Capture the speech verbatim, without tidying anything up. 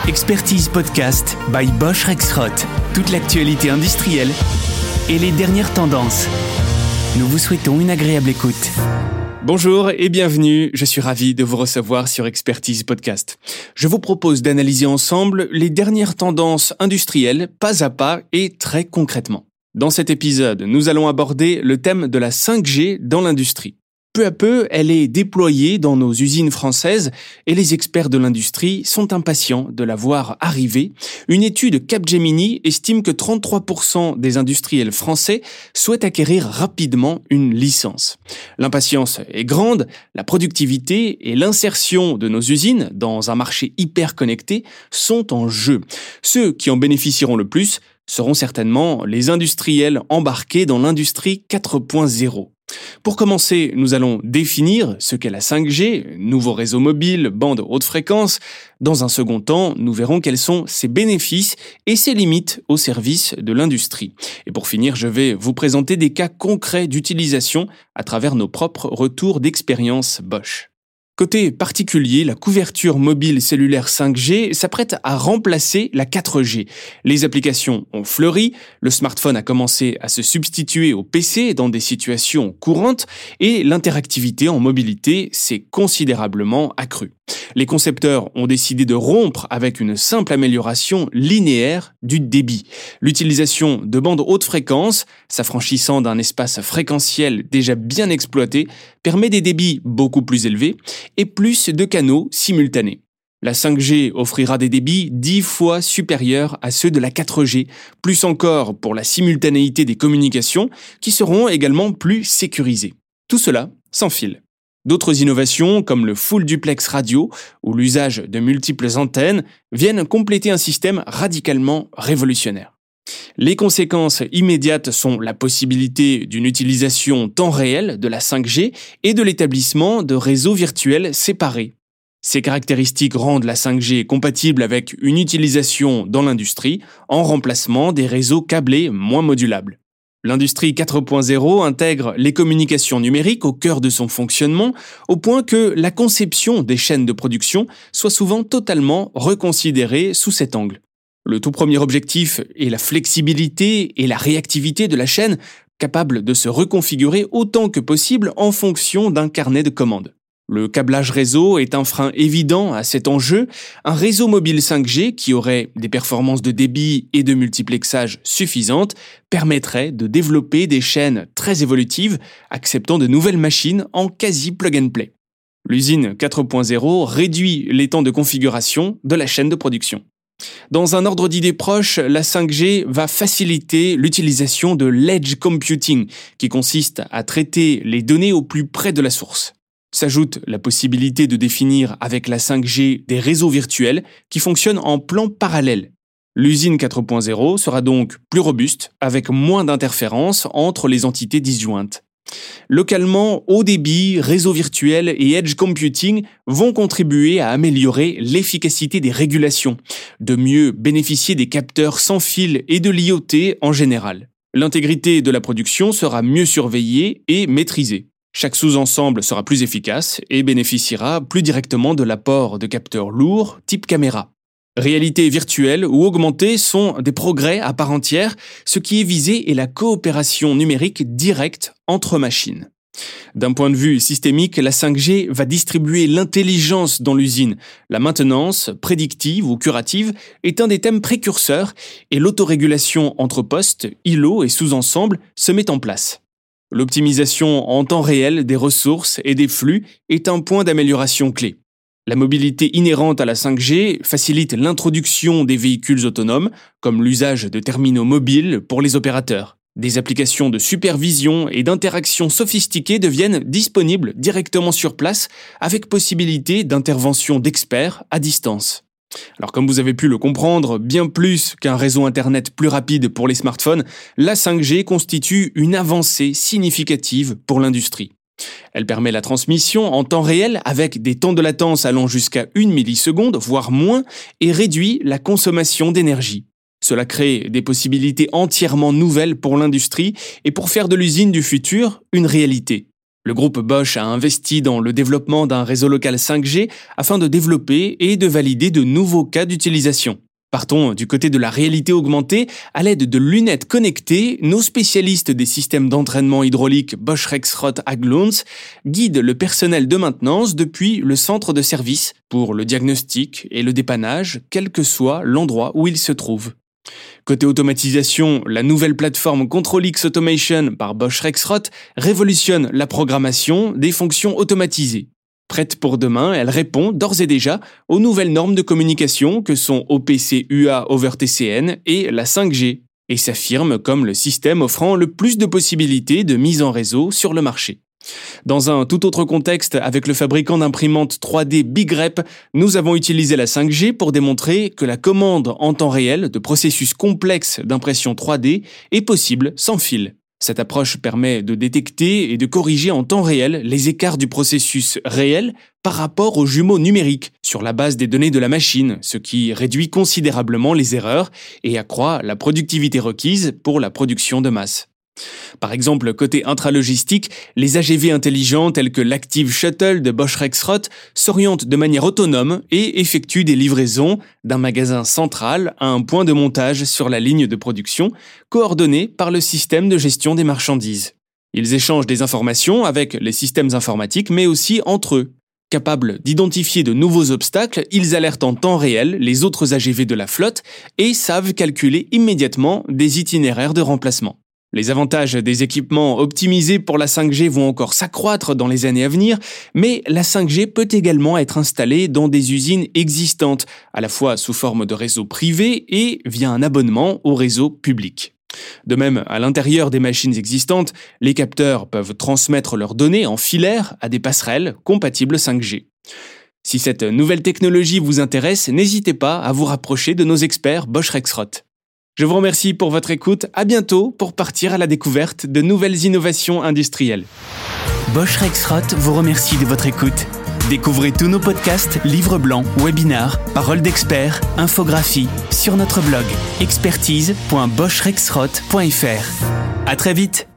Expertise Podcast by Bosch Rexroth. Toute l'actualité industrielle et les dernières tendances. Nous vous souhaitons une agréable écoute. Bonjour et bienvenue, je suis ravi de vous recevoir sur Expertise Podcast. Je vous propose d'analyser ensemble les dernières tendances industrielles, pas à pas et très concrètement. Dans cet épisode, nous allons aborder le thème de la cinq G dans l'industrie. Peu à peu, elle est déployée dans nos usines françaises et les experts de l'industrie sont impatients de la voir arriver. Une étude Capgemini estime que trente-trois pour cent des industriels français souhaitent acquérir rapidement une licence. L'impatience est grande, la productivité et l'insertion de nos usines dans un marché hyper connecté sont en jeu. Ceux qui en bénéficieront le plus seront certainement les industriels embarqués dans l'industrie quatre point zéro. Pour commencer, nous allons définir ce qu'est la cinq G, nouveau réseau mobile, bande haute fréquence. Dans un second temps, nous verrons quels sont ses bénéfices et ses limites au service de l'industrie. Et pour finir, je vais vous présenter des cas concrets d'utilisation à travers nos propres retours d'expérience Bosch. Côté particulier, la couverture mobile cellulaire cinq G s'apprête à remplacer la quatre G. Les applications ont fleuri, le smartphone a commencé à se substituer au P C dans des situations courantes et l'interactivité en mobilité s'est considérablement accrue. Les concepteurs ont décidé de rompre avec une simple amélioration linéaire du débit. L'utilisation de bandes haute fréquence, s'affranchissant d'un espace fréquentiel déjà bien exploité, permet des débits beaucoup plus élevés et plus de canaux simultanés. La cinq G offrira des débits dix fois supérieurs à ceux de la quatre G, plus encore pour la simultanéité des communications qui seront également plus sécurisées. Tout cela sans fil. D'autres innovations, comme le full duplex radio ou l'usage de multiples antennes, viennent compléter un système radicalement révolutionnaire. Les conséquences immédiates sont la possibilité d'une utilisation temps réel de la cinq G et de l'établissement de réseaux virtuels séparés. Ces caractéristiques rendent la cinq G compatible avec une utilisation dans l'industrie en remplacement des réseaux câblés moins modulables. L'industrie quatre point zéro intègre les communications numériques au cœur de son fonctionnement, au point que la conception des chaînes de production soit souvent totalement reconsidérée sous cet angle. Le tout premier objectif est la flexibilité et la réactivité de la chaîne, capable de se reconfigurer autant que possible en fonction d'un carnet de commandes. Le câblage réseau est un frein évident à cet enjeu. Un réseau mobile cinq G qui aurait des performances de débit et de multiplexage suffisantes permettrait de développer des chaînes très évolutives, acceptant de nouvelles machines en quasi plug-and-play. L'usine quatre point zéro réduit les temps de configuration de la chaîne de production. Dans un ordre d'idées proche, la cinq G va faciliter l'utilisation de l'edge computing, qui consiste à traiter les données au plus près de la source. S'ajoute la possibilité de définir avec la cinq G des réseaux virtuels qui fonctionnent en plan parallèle. L'usine quatre point zéro sera donc plus robuste, avec moins d'interférences entre les entités disjointes. Localement, haut débit, réseau virtuel et edge computing vont contribuer à améliorer l'efficacité des régulations, de mieux bénéficier des capteurs sans fil et de l'I O T en général. L'intégrité de la production sera mieux surveillée et maîtrisée. Chaque sous-ensemble sera plus efficace et bénéficiera plus directement de l'apport de capteurs lourds type caméra. Réalité virtuelle ou augmentée sont des progrès à part entière. Ce qui est visé est la coopération numérique directe entre machines. D'un point de vue systémique, la cinq G va distribuer l'intelligence dans l'usine. La maintenance, prédictive ou curative, est un des thèmes précurseurs et l'autorégulation entre postes, îlots et sous-ensembles se met en place. L'optimisation en temps réel des ressources et des flux est un point d'amélioration clé. La mobilité inhérente à la cinq G facilite l'introduction des véhicules autonomes, comme l'usage de terminaux mobiles pour les opérateurs. Des applications de supervision et d'interaction sophistiquées deviennent disponibles directement sur place, avec possibilité d'intervention d'experts à distance. Alors comme vous avez pu le comprendre, bien plus qu'un réseau Internet plus rapide pour les smartphones, la cinq G constitue une avancée significative pour l'industrie. Elle permet la transmission en temps réel avec des temps de latence allant jusqu'à une milliseconde, voire moins, et réduit la consommation d'énergie. Cela crée des possibilités entièrement nouvelles pour l'industrie et pour faire de l'usine du futur une réalité. Le groupe Bosch a investi dans le développement d'un réseau local cinq G afin de développer et de valider de nouveaux cas d'utilisation. Partons du côté de la réalité augmentée. À l'aide de lunettes connectées, nos spécialistes des systèmes d'entraînement hydraulique Bosch Rexroth Haglunds guident le personnel de maintenance depuis le centre de service pour le diagnostic et le dépannage, quel que soit l'endroit où il se trouve. Côté automatisation, la nouvelle plateforme ControlX Automation par Bosch Rexroth révolutionne la programmation des fonctions automatisées. Prête pour demain, elle répond d'ores et déjà aux nouvelles normes de communication que sont O P C U A over T C N et la cinq G, et s'affirme comme le système offrant le plus de possibilités de mise en réseau sur le marché. Dans un tout autre contexte, avec le fabricant d'imprimantes trois D BigRep, nous avons utilisé la cinq G pour démontrer que la commande en temps réel de processus complexes d'impression trois D est possible sans fil. Cette approche permet de détecter et de corriger en temps réel les écarts du processus réel par rapport aux jumeaux numériques sur la base des données de la machine, ce qui réduit considérablement les erreurs et accroît la productivité requise pour la production de masse. Par exemple, côté intralogistique, les A G V intelligents tels que l'Active Shuttle de Bosch Rexroth s'orientent de manière autonome et effectuent des livraisons d'un magasin central à un point de montage sur la ligne de production, coordonné par le système de gestion des marchandises. Ils échangent des informations avec les systèmes informatiques, mais aussi entre eux. Capables d'identifier de nouveaux obstacles, ils alertent en temps réel les autres A G V de la flotte et savent calculer immédiatement des itinéraires de remplacement. Les avantages des équipements optimisés pour la cinq G vont encore s'accroître dans les années à venir, mais la cinq G peut également être installée dans des usines existantes, à la fois sous forme de réseau privé et via un abonnement au réseau public. De même, à l'intérieur des machines existantes, les capteurs peuvent transmettre leurs données en filaire à des passerelles compatibles cinq G. Si cette nouvelle technologie vous intéresse, n'hésitez pas à vous rapprocher de nos experts Bosch Rexroth. Je vous remercie pour votre écoute. À bientôt pour partir à la découverte de nouvelles innovations industrielles. Bosch Rexroth vous remercie de votre écoute. Découvrez tous nos podcasts, livres blancs, webinars, paroles d'experts, infographies sur notre blog expertise point bosch rexroth point f r. À très vite.